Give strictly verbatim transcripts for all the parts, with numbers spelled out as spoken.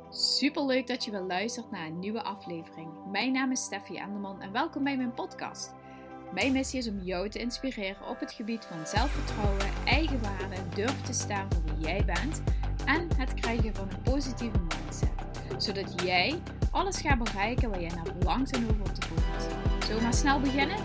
Super leuk dat je weer luistert naar een nieuwe aflevering. Mijn naam is Steffi Enderman en welkom bij mijn podcast. Mijn missie is om jou te inspireren op het gebied van zelfvertrouwen, eigenwaarde, durven te staan voor wie jij bent en het krijgen van een positieve mindset. Zodat jij alles gaat bereiken waar jij naar verlangt en over te voelt. Zullen we maar snel beginnen?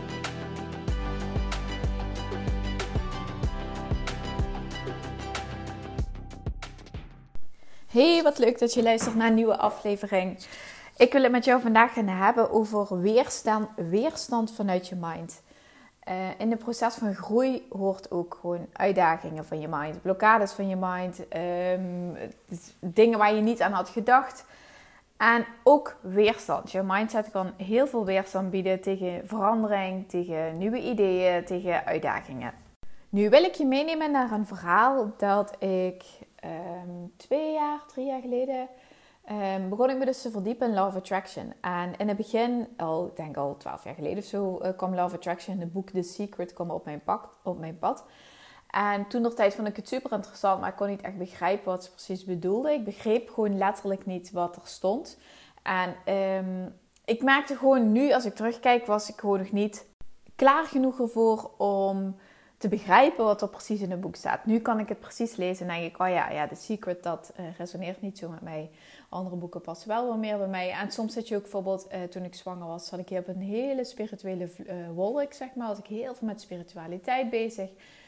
Hey, wat leuk dat je luistert naar een nieuwe aflevering. Ik wil het met jou vandaag gaan hebben over weerstand, weerstand vanuit je mind. Uh, in het proces van groei hoort ook gewoon uitdagingen van je mind, blokkades van je mind, um, dingen waar je niet aan had gedacht. En ook weerstand. Je mindset kan heel veel weerstand bieden tegen verandering, tegen nieuwe ideeën, tegen uitdagingen. Nu wil ik je meenemen naar een verhaal dat ik um, twee jaar, drie jaar geleden um, begon ik me dus te verdiepen in Law of Attraction. En in het begin, al, ik denk al twaalf jaar geleden of zo, uh, kwam Law of Attraction, het boek The Secret, kwam op mijn, pak, op mijn pad. En toen nog tijd vond ik het super interessant, maar ik kon niet echt begrijpen wat ze precies bedoelde. Ik begreep gewoon letterlijk niet wat er stond. En um, ik merkte gewoon nu, als ik terugkijk, was ik gewoon nog niet klaar genoeg ervoor om te begrijpen wat er precies in het boek staat. Nu kan ik het precies lezen en denk ik, oh ja, ja The Secret, dat uh, resoneert niet zo met mij. Andere boeken passen wel wel meer bij mij. En soms zit je ook bijvoorbeeld, uh, toen ik zwanger was, zat ik hier op een hele spirituele uh, wolk, zeg maar. Was ik heel veel met spiritualiteit bezig.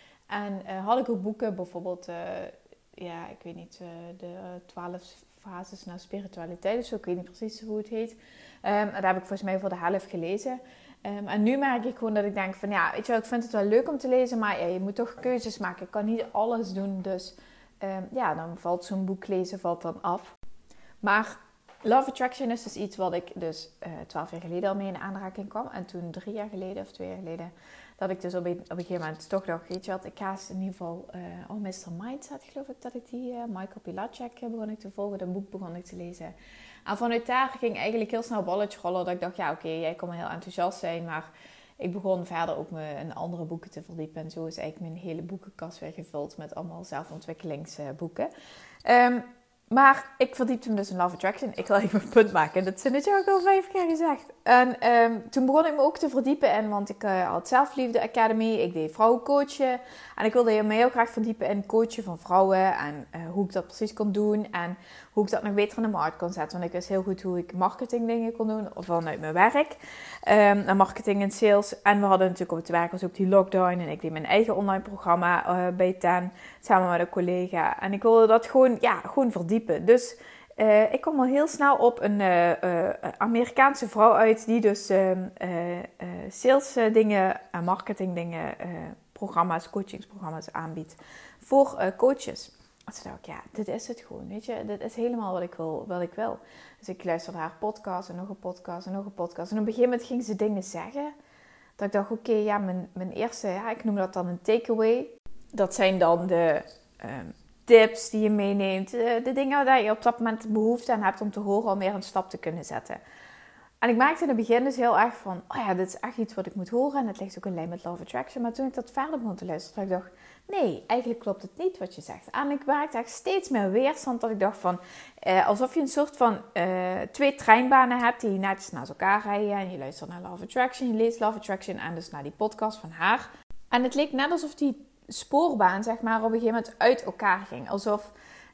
En uh, had ik ook boeken, bijvoorbeeld, uh, ja, ik weet niet, uh, de twaalf fases naar spiritualiteit of zo. Ik weet niet precies hoe het heet. Um, en daar heb ik volgens mij voor de helft gelezen. Um, en nu merk ik gewoon dat ik denk van, ja, weet je wel, ik vind het wel leuk om te lezen, maar ja, je moet toch keuzes maken. Ik kan niet alles doen, dus um, ja, dan valt zo'n boek lezen valt dan af. Maar Law of Attraction is dus iets wat ik dus twaalf uh, jaar geleden al mee in aanraking kwam. En toen drie jaar geleden of twee jaar geleden, dat ik dus op een, op een gegeven moment toch dacht, weet je wat, ik ga eens in ieder geval, uh, oh, mister Mindset geloof ik dat ik die, uh, Michael Pilacek begon ik te volgen, dat boek begon ik te lezen. En vanuit daar ging eigenlijk heel snel balletje rollen, dat ik dacht, ja oké, okay, jij kon wel heel enthousiast zijn, maar ik begon verder ook me in andere boeken te verdiepen. En zo is eigenlijk mijn hele boekenkast weer gevuld met allemaal zelfontwikkelingsboeken. Um, Maar ik verdiepte me dus in Law of Attraction. Ik wil even een punt maken. Dat zinnetje heb ik al vijf keer gezegd. En um, toen begon ik me ook te verdiepen in. Want ik uh, had Zelfliefde Academy. Ik deed vrouwen coachen. En ik wilde me heel graag verdiepen in coachen van vrouwen. En uh, hoe ik dat precies kon doen. En hoe ik dat nog beter in de markt kon zetten. Want ik wist heel goed hoe ik marketing dingen kon doen. Vanuit mijn werk. Um, en marketing en sales. En we hadden natuurlijk op het werk was ook die lockdown. En ik deed mijn eigen online programma uh, bij Ten. Samen met een collega. En ik wilde dat gewoon, ja, gewoon verdiepen. Dus uh, ik kwam al heel snel op een uh, uh, Amerikaanse vrouw uit. Die dus uh, uh, uh, sales dingen en marketing dingen, uh, programma's, coachingsprogramma's aanbiedt. Voor uh, coaches. En toen dacht ik, ja, dit is het gewoon, weet je. Dit is helemaal wat ik wil. Wat ik wil. Dus ik luisterde haar podcast en nog een podcast en nog een podcast. En op een gegeven moment ging ze dingen zeggen. Dat ik dacht, oké, okay, ja, mijn, mijn eerste, ja, ik noem dat dan een takeaway. Dat zijn dan de um, tips die je meeneemt. De, de dingen waar je op dat moment behoefte aan hebt om te horen om weer een stap te kunnen zetten. En ik maakte in het begin dus heel erg van, oh ja, dit is echt iets wat ik moet horen. En het ligt ook in lijn met Law of Attraction. Maar toen ik dat verder begon te luisteren, dacht ik, nee, eigenlijk klopt het niet wat je zegt. En ik maakte echt steeds meer weerstand dat ik dacht van, eh, alsof je een soort van uh, twee treinbanen hebt die netjes naast elkaar rijden. En je luistert naar Law of Attraction, je leest Law of Attraction en dus naar die podcast van haar. En het leek net alsof die spoorbaan, zeg maar, op een gegeven moment uit elkaar ging. Alsof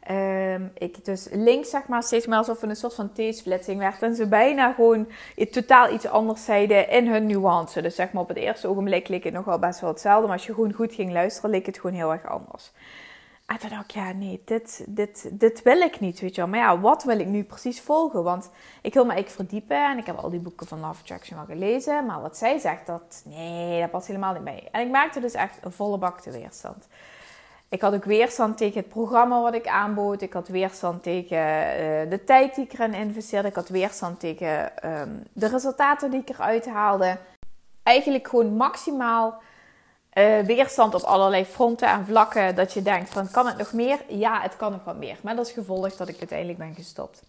um, ik dus links, zeg maar, steeds meer alsof er een soort van T-splitsing werd. En ze bijna gewoon totaal iets anders zeiden in hun nuance. Dus zeg maar, op het eerste ogenblik leek het nog wel best wel hetzelfde. Maar als je gewoon goed ging luisteren, leek het gewoon heel erg anders. En toen dacht ik, ja, nee, dit, dit, dit wil ik niet, weet je wel. Maar ja, wat wil ik nu precies volgen? Want ik wil me eigenlijk verdiepen en ik heb al die boeken van Law of Attraction wel gelezen. Maar wat zij zegt, dat, nee, dat past helemaal niet mee. En ik maakte dus echt een volle bak te weerstand. Ik had ook weerstand tegen het programma wat ik aanbood. Ik had weerstand tegen uh, de tijd die ik erin investeerde. Ik had weerstand tegen um, de resultaten die ik eruit haalde. Eigenlijk gewoon maximaal Uh, weerstand op allerlei fronten en vlakken. Dat je denkt van, kan het nog meer? Ja, het kan nog wat meer. Maar dat is gevolg dat ik uiteindelijk ben gestopt.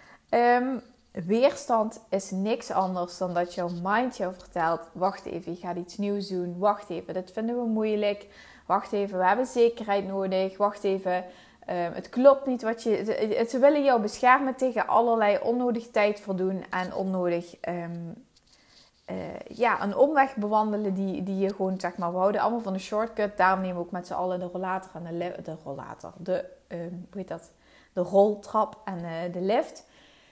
Um, weerstand is niks anders dan dat jouw mind jou vertelt, wacht even, je gaat iets nieuws doen. Wacht even, dit vinden we moeilijk. Wacht even, we hebben zekerheid nodig. Wacht even, Um, het klopt niet wat je... Ze willen jou beschermen tegen allerlei onnodig tijd verdoen en onnodig... Um, uh, ja, een omweg bewandelen die, die je gewoon, zeg maar, we houden allemaal van de shortcut. Daarom nemen we ook met z'n allen de rollator en de, li- de rollator, de, um, hoe heet dat? De roltrap en uh, de lift.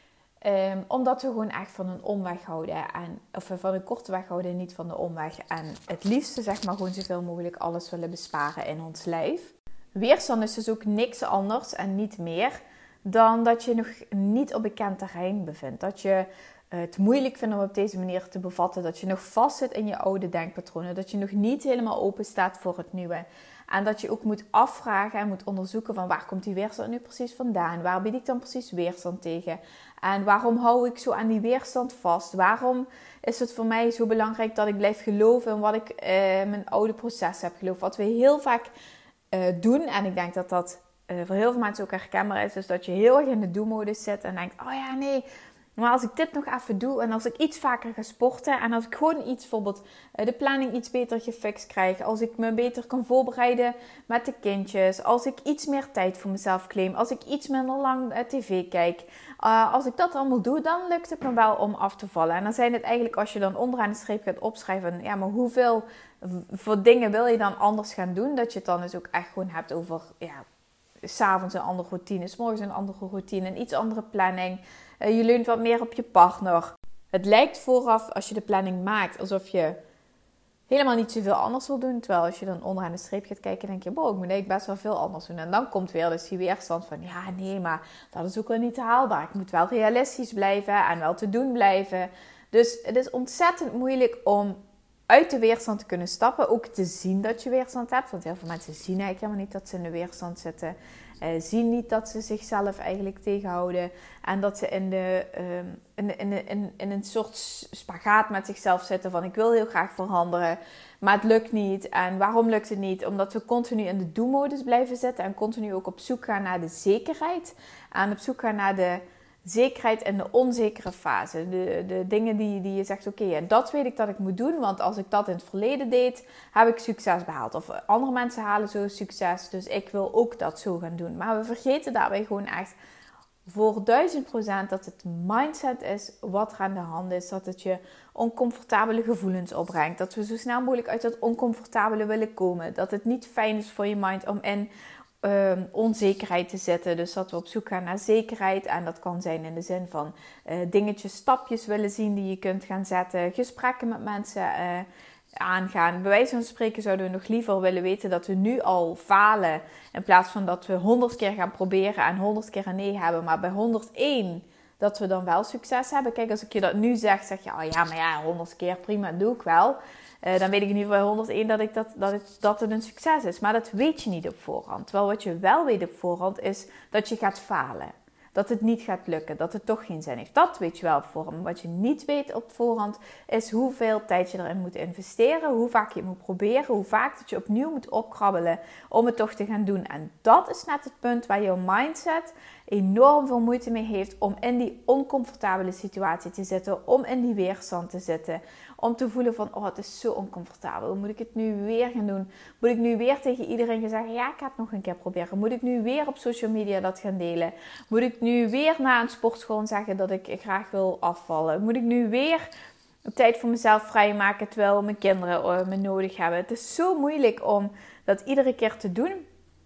Um, omdat we gewoon echt van een omweg houden. En, of van een korte weg houden en niet van de omweg. En het liefste, zeg maar, gewoon zoveel mogelijk alles willen besparen in ons lijf. Weerstand is dus ook niks anders en niet meer dan dat je nog niet op bekend terrein bevindt. Dat je het moeilijk vindt om op deze manier te bevatten. Dat je nog vastzit in je oude denkpatronen. Dat je nog niet helemaal open staat voor het nieuwe. En dat je ook moet afvragen en moet onderzoeken van waar komt die weerstand nu precies vandaan? Waar bied ik dan precies weerstand tegen? En waarom hou ik zo aan die weerstand vast? Waarom is het voor mij zo belangrijk dat ik blijf geloven in wat ik uh, mijn oude proces heb geloofd? Wat we heel vaak uh, doen, en ik denk dat dat uh, voor heel veel mensen ook herkenbaar is, dus dat je heel erg in de do-modus zit en denkt, oh ja, nee, maar als ik dit nog even doe en als ik iets vaker ga sporten en als ik gewoon iets, bijvoorbeeld de planning iets beter gefixt krijg, als ik me beter kan voorbereiden met de kindjes, als ik iets meer tijd voor mezelf claim, als ik iets minder lang tv kijk, uh, als ik dat allemaal doe, dan lukt het me wel om af te vallen. En dan zijn het eigenlijk, als je dan onderaan de streep gaat opschrijven, ja, maar hoeveel voor dingen wil je dan anders gaan doen, dat je het dan dus ook echt gewoon hebt over, ja, 's avonds een andere routine, 's morgens een andere routine, een iets andere planning. Uh, je leunt wat meer op je partner. Het lijkt vooraf, als je de planning maakt, alsof je helemaal niet zoveel anders wil doen. Terwijl als je dan onderaan de streep gaat kijken, denk je, boh, ik moet eigenlijk best wel veel anders doen. En dan komt weer dus die weerstand van, ja, nee, maar dat is ook wel niet haalbaar. Ik moet wel realistisch blijven en wel te doen blijven. Dus het is ontzettend moeilijk om uit de weerstand te kunnen stappen. Ook te zien dat je weerstand hebt. Want heel veel mensen zien eigenlijk helemaal niet dat ze in de weerstand zitten. Uh, zien niet dat ze zichzelf eigenlijk tegenhouden. En dat ze in, de, um, in, in, in, in een soort spagaat met zichzelf zitten. Van ik wil heel graag veranderen. Maar het lukt niet. En waarom lukt het niet? Omdat we continu in de do-modus blijven zitten. En continu ook op zoek gaan naar de zekerheid. En op zoek gaan naar de zekerheid in de onzekere fase. De, de dingen die, die je zegt, oké, okay, ja, dat weet ik dat ik moet doen. Want als ik dat in het verleden deed, heb ik succes behaald. Of andere mensen halen zo succes, dus ik wil ook dat zo gaan doen. Maar we vergeten daarbij gewoon echt voor duizend procent dat het mindset is wat er aan de hand is. Dat het je oncomfortabele gevoelens opbrengt. Dat we zo snel mogelijk uit dat oncomfortabele willen komen. Dat het niet fijn is voor je mind om in Um, onzekerheid te zetten. Dus dat we op zoek gaan naar zekerheid. En dat kan zijn in de zin van uh, dingetjes, stapjes willen zien die je kunt gaan zetten. Gesprekken met mensen uh, aangaan. Bij wijze van spreken zouden we nog liever willen weten dat we nu al falen. In plaats van dat we honderd keer gaan proberen en honderd keer een nee hebben. Maar bij honderdéén dat we dan wel succes hebben. Kijk, als ik je dat nu zeg, zeg je, oh ja, maar ja, honderd keer, prima, doe ik wel. Uh, dan weet ik in ieder geval honderdéén dat, ik dat, dat, het, dat het een succes is. Maar dat weet je niet op voorhand. Terwijl wat je wel weet op voorhand is dat je gaat falen. Dat het niet gaat lukken. Dat het toch geen zin heeft. Dat weet je wel op voorhand. Wat je niet weet op voorhand is hoeveel tijd je erin moet investeren. Hoe vaak je het moet proberen. Hoe vaak dat je opnieuw moet opkrabbelen om het toch te gaan doen. En dat is net het punt waar jouw mindset enorm veel moeite mee heeft om in die oncomfortabele situatie te zitten. Om in die weerstand te zitten. Om te voelen van, oh, het is zo oncomfortabel. Moet ik het nu weer gaan doen? Moet ik nu weer tegen iedereen gaan zeggen, ja, ik ga het nog een keer proberen? Moet ik nu weer op social media dat gaan delen? Moet ik nu weer na een sportschool zeggen dat ik graag wil afvallen? Moet ik nu weer tijd voor mezelf vrijmaken terwijl mijn kinderen me nodig hebben? Het is zo moeilijk om dat iedere keer te doen.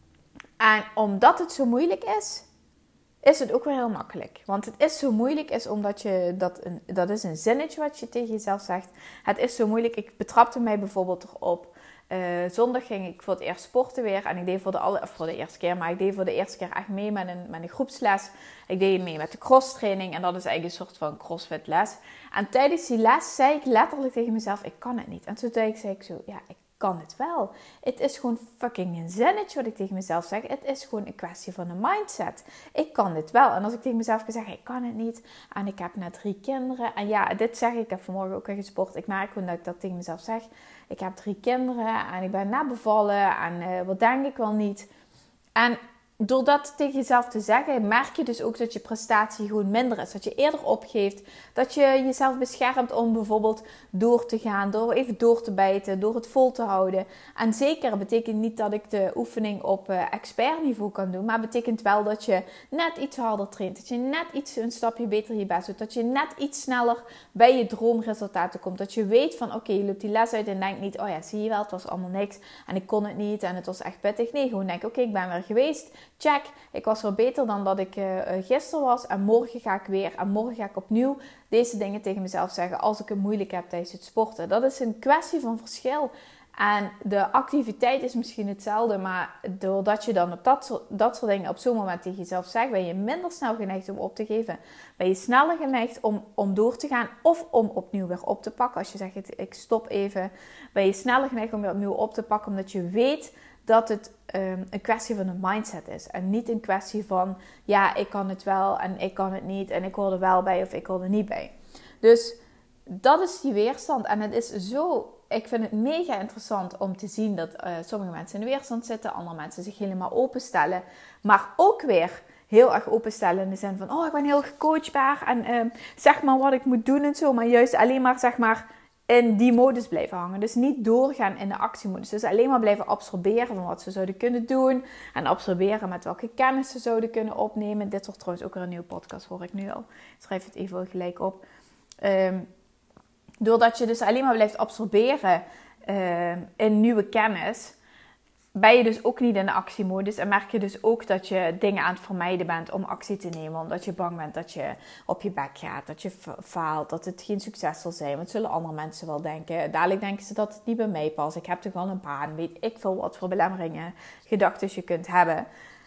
En omdat het zo moeilijk is, is het ook weer heel makkelijk. Want het is zo moeilijk is omdat je, dat, een, dat is een zinnetje wat je tegen jezelf zegt. Het is zo moeilijk. Ik betrapte mij bijvoorbeeld erop. Uh, zondag ging ik voor het eerst sporten weer. En ik deed voor de, alle, voor de eerste keer, maar ik deed voor de eerste keer echt mee met een, met een groepsles. Ik deed mee met de cross training. En dat is eigenlijk een soort van crossfit les. En tijdens die les zei ik letterlijk tegen mezelf, ik kan het niet. En toen zei ik, zei ik zo, ja, ik kan het wel. Het is gewoon fucking een zinnetje wat ik tegen mezelf zeg. Het is gewoon een kwestie van een mindset. Ik kan dit wel. En als ik tegen mezelf kan zeggen, ik kan het niet. En ik heb net drie kinderen. En ja, dit zeg ik. Ik heb vanmorgen ook al gesport. Ik merk gewoon dat ik dat tegen mezelf zeg. Ik heb drie kinderen. En ik ben net bevallen. En uh, wat denk ik wel niet. En door dat tegen jezelf te zeggen, merk je dus ook dat je prestatie gewoon minder is. Dat je eerder opgeeft. Dat je jezelf beschermt om bijvoorbeeld door te gaan. Door even door te bijten. Door het vol te houden. En zeker betekent niet dat ik de oefening op uh, expertniveau kan doen. Maar betekent wel dat je net iets harder traint. Dat je net iets een stapje beter je best doet. Dat je net iets sneller bij je droomresultaten komt. Dat je weet van oké, okay, je loopt die les uit en denkt niet, oh ja, zie je wel, het was allemaal niks. En ik kon het niet en het was echt pittig. Nee, gewoon denk oké, okay, ik ben weer geweest. Check, ik was wel beter dan dat ik uh, gisteren was. En morgen ga ik weer. En morgen ga ik opnieuw deze dingen tegen mezelf zeggen. Als ik het moeilijk heb tijdens het sporten. Dat is een kwestie van verschil. En de activiteit is misschien hetzelfde. Maar doordat je dan op dat soort, dat soort dingen op zo'n moment tegen jezelf zegt. Ben je minder snel geneigd om op te geven. Ben je sneller geneigd om, om door te gaan. Of om opnieuw weer op te pakken. Als je zegt ik stop even. Ben je sneller geneigd om weer opnieuw op te pakken. Omdat je weet dat het um, een kwestie van een mindset is. En niet een kwestie van, ja, ik kan het wel en ik kan het niet. En ik hoor er wel bij of ik hoor er niet bij. Dus dat is die weerstand. En het is zo, ik vind het mega interessant om te zien dat uh, sommige mensen in de weerstand zitten. Andere mensen zich helemaal openstellen. Maar ook weer heel erg openstellen in de zin van, oh, ik ben heel gecoachbaar. En um, zeg maar wat ik moet doen en zo. Maar juist alleen maar, zeg maar, in die modus blijven hangen. Dus niet doorgaan in de actiemodus. Dus alleen maar blijven absorberen van wat ze zouden kunnen doen. En absorberen met welke kennis ze zouden kunnen opnemen. Dit wordt trouwens ook weer een nieuwe podcast, hoor ik nu al. Ik schrijf het even gelijk op. Um, doordat je dus alleen maar blijft absorberen uh, in nieuwe kennis, ben je dus ook niet in de actiemodus. En merk je dus ook dat je dingen aan het vermijden bent om actie te nemen. Omdat je bang bent dat je op je bek gaat. Dat je faalt. Dat het geen succes zal zijn. Want zullen andere mensen wel denken. Dadelijk denken ze dat het niet bij mij past. Ik heb toch al een baan. Weet ik veel wat voor belemmeringen, gedachten je kunt hebben.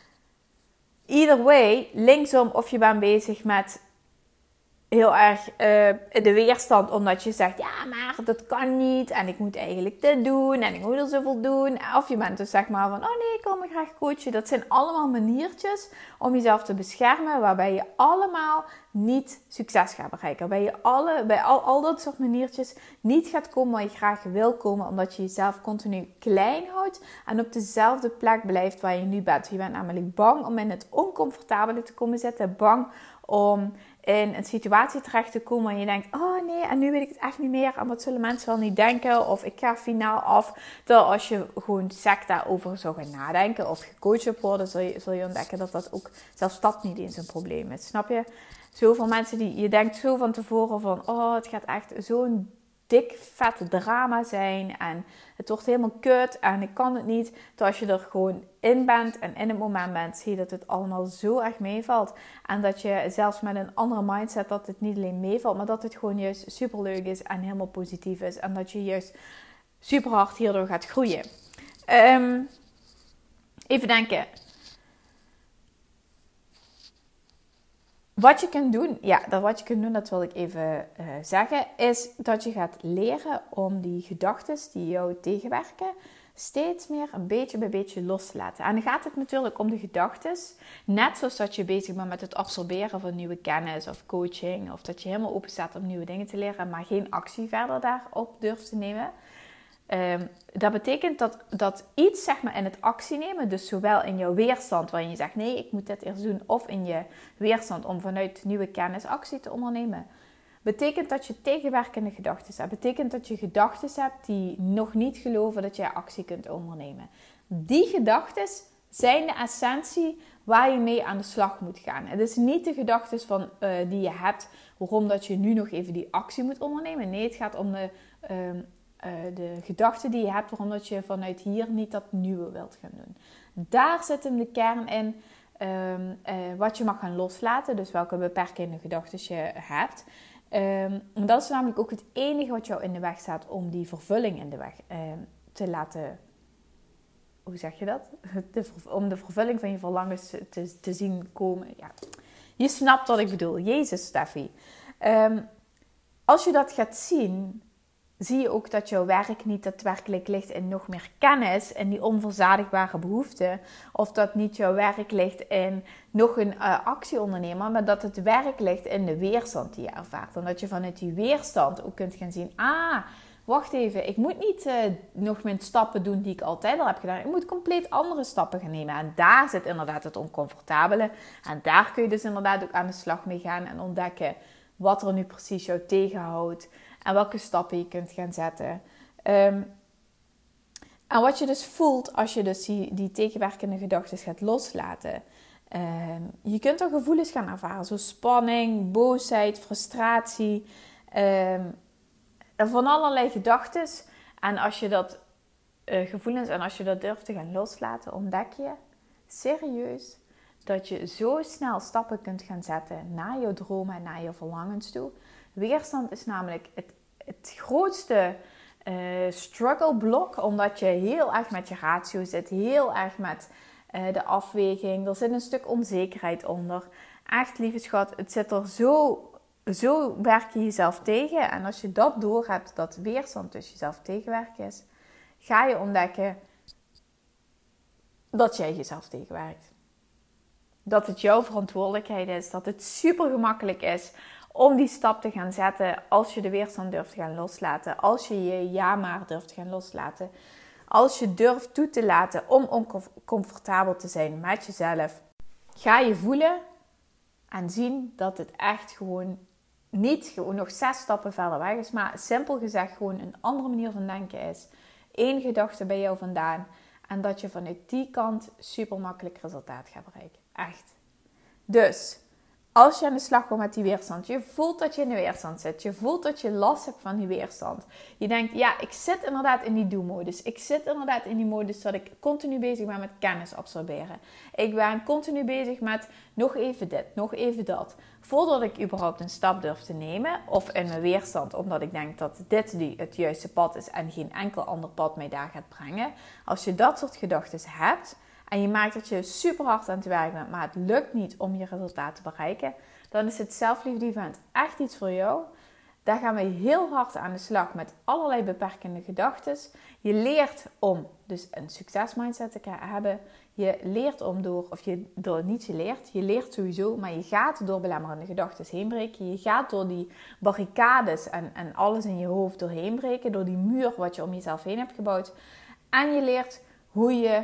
Either way, linksom of je bent bezig met heel erg uh, de weerstand, omdat je zegt, ja, maar dat kan niet en ik moet eigenlijk dit doen en ik moet er zoveel doen. Of je bent dus zeg maar van, oh nee, ik wil me graag coachen. Dat zijn allemaal maniertjes om jezelf te beschermen, waarbij je allemaal niet succes gaat bereiken. Waarbij je alle, bij al, al dat soort maniertjes niet gaat komen waar je graag wil komen, omdat je jezelf continu klein houdt en op dezelfde plek blijft waar je nu bent. Je bent namelijk bang om in het oncomfortabele te komen zitten, bang om in een situatie terecht te komen waar je denkt, oh nee, en nu weet ik het echt niet meer. En wat zullen mensen wel niet denken? Of ik ga finaal af. Terwijl als je gewoon sec daarover zou gaan nadenken of gecoacht op worden, zul je, zul je ontdekken dat dat ook, zelfs dat niet eens een probleem is. Snap je? Zoveel mensen die, je denkt zo van tevoren van, oh, het gaat echt zo'n dik, vet drama zijn. En het wordt helemaal kut en ik kan het niet. Terwijl als je er gewoon in bent en in het moment bent, zie je dat het allemaal zo erg meevalt. En dat je zelfs met een andere mindset, dat het niet alleen meevalt, maar dat het gewoon juist superleuk is en helemaal positief is. En dat je juist super hard hierdoor gaat groeien. Um, even denken. Wat je kunt doen, ja, dat wat je kunt doen, dat wil ik even uh, zeggen, is dat je gaat leren om die gedachten die jou tegenwerken, steeds meer een beetje bij beetje los te laten. En dan gaat het natuurlijk om de gedachten, net zoals dat je bezig bent met het absorberen van nieuwe kennis of coaching, of dat je helemaal open staat om nieuwe dingen te leren, maar geen actie verder daarop durft te nemen. Um, dat betekent dat, dat iets, zeg maar, in het actie nemen, dus zowel in jouw weerstand waarin je zegt nee, ik moet dit eerst doen, of in je weerstand om vanuit nieuwe kennis actie te ondernemen, betekent dat je tegenwerkende gedachten hebt. Betekent dat je gedachten hebt die nog niet geloven dat je actie kunt ondernemen. Die gedachten zijn de essentie waar je mee aan de slag moet gaan. Het is niet de gedachten van, uh, die je hebt waarom dat je nu nog even die actie moet ondernemen. Nee, het gaat om de... Um, Uh, de gedachten die je hebt, waarom dat je vanuit hier niet dat nieuwe wilt gaan doen. Daar zit hem de kern in, um, uh, wat je mag gaan loslaten, dus welke beperkende gedachten je hebt. Um, dat is namelijk ook het enige wat jou in de weg staat om die vervulling in de weg uh, te laten, hoe zeg je dat? De, om de vervulling van je verlangens te, te zien komen. Ja. Je snapt wat ik bedoel. Jezus, Steffi. Um, als je dat gaat zien, zie je ook dat jouw werk niet daadwerkelijk ligt in nog meer kennis en die onverzadigbare behoefte. Of dat niet jouw werk ligt in nog een uh, actie ondernemen, maar dat het werk ligt in de weerstand die je ervaart. En dat je vanuit die weerstand ook kunt gaan zien, ah, wacht even, ik moet niet uh, nog mijn stappen doen die ik altijd al heb gedaan. Ik moet compleet andere stappen gaan nemen. En daar zit inderdaad het oncomfortabele. En daar kun je dus inderdaad ook aan de slag mee gaan en ontdekken wat er nu precies jou tegenhoudt. En welke stappen je kunt gaan zetten. Um, en wat je dus voelt als je dus die, die tegenwerkende gedachten gaat loslaten. Um, je kunt er gevoelens gaan ervaren. Zoals spanning, boosheid, frustratie. Um, van allerlei gedachten. En als je dat uh, gevoelens en als je dat durft te gaan loslaten, ontdek je serieus dat je zo snel stappen kunt gaan zetten naar jouw dromen en naar jouw verlangens toe. Weerstand is namelijk het, het grootste uh, struggle block, omdat je heel erg met je ratio zit, heel erg met uh, de afweging. Er zit een stuk onzekerheid onder. Echt, lieve schat, het zit er zo, zo werk je jezelf tegen. En als je dat doorhebt, dat weerstand dus jezelf tegenwerken is, ga je ontdekken dat jij jezelf tegenwerkt. Dat het jouw verantwoordelijkheid is. Dat het super gemakkelijk is om die stap te gaan zetten. Als je de weerstand durft te gaan loslaten. Als je je ja maar durft te gaan loslaten. Als je durft toe te laten om oncomfortabel te zijn met jezelf. Ga je voelen en zien dat het echt gewoon niet gewoon nog zes stappen verder weg is. Maar simpel gezegd gewoon een andere manier van denken is. Eén gedachte bij jou vandaan. En dat je vanuit die kant super makkelijk resultaat gaat bereiken. Echt. Dus, als je aan de slag komt met die weerstand. Je voelt dat je in de weerstand zit. Je voelt dat je last hebt van die weerstand. Je denkt, ja, ik zit inderdaad in die do-modus. Ik zit inderdaad in die modus dat ik continu bezig ben met kennis absorberen. Ik ben continu bezig met nog even dit, nog even dat. Voordat ik überhaupt een stap durf te nemen. Of in mijn weerstand, omdat ik denk dat dit die het juiste pad is. En geen enkel ander pad mij daar gaat brengen. Als je dat soort gedachten hebt. En je maakt dat je super hard aan het werk bent, maar het lukt niet om je resultaat te bereiken. Dan is het zelfliefde event echt iets voor jou. Daar gaan we heel hard aan de slag met allerlei beperkende gedachten. Je leert om dus een succesmindset te hebben. Je leert om door, of je door niet je leert, je leert sowieso, maar je gaat door belemmerende gedachten heen breken. Je gaat door die barricades en, en alles in je hoofd doorheen breken. Door die muur wat je om jezelf heen hebt gebouwd. En je leert hoe je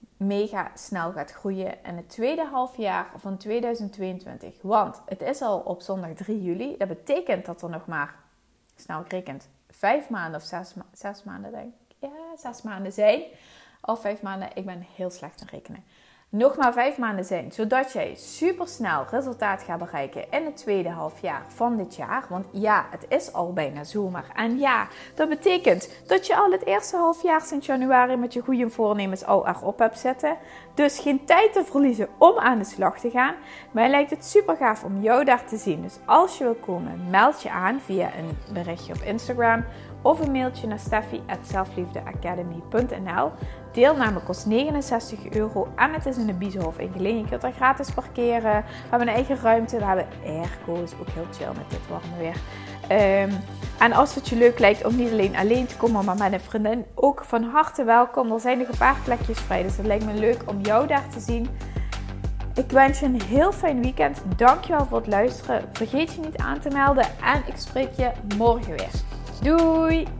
mega snel gaat groeien in het tweede halfjaar van tweeduizend tweeëntwintig. Want het is al op zondag drie juli. Dat betekent dat er nog maar, snel gerekend, vijf maanden of zes, ma- zes maanden denk ik. Ja, zes maanden zijn. Of vijf maanden, ik ben heel slecht in rekenen. Nog maar vijf maanden zijn, zodat jij supersnel resultaat gaat bereiken in het tweede halfjaar van dit jaar. Want ja, het is al bijna zomer. En ja, dat betekent dat je al het eerste halfjaar sinds januari met je goede voornemens al erop hebt zitten. Dus geen tijd te verliezen om aan de slag te gaan. Mij lijkt het super gaaf om jou daar te zien. Dus als je wil komen, meld je aan via een berichtje op Instagram. Of een mailtje naar steffi at zelfliefdeacademy punt n l. Deelname kost negenenzestig euro en het is in de Biezenhof in Geleen. Je kunt er gratis parkeren. We hebben een eigen ruimte. We hebben airco's. Ook heel chill met dit warme weer. Um, en als het je leuk lijkt om niet alleen alleen te komen, maar met een vriendin, ook van harte welkom. Er zijn nog een paar plekjes vrij. Dus het lijkt me leuk om jou daar te zien. Ik wens je een heel fijn weekend. Dankjewel voor het luisteren. Vergeet je niet aan te melden. En ik spreek je morgen weer. Doei!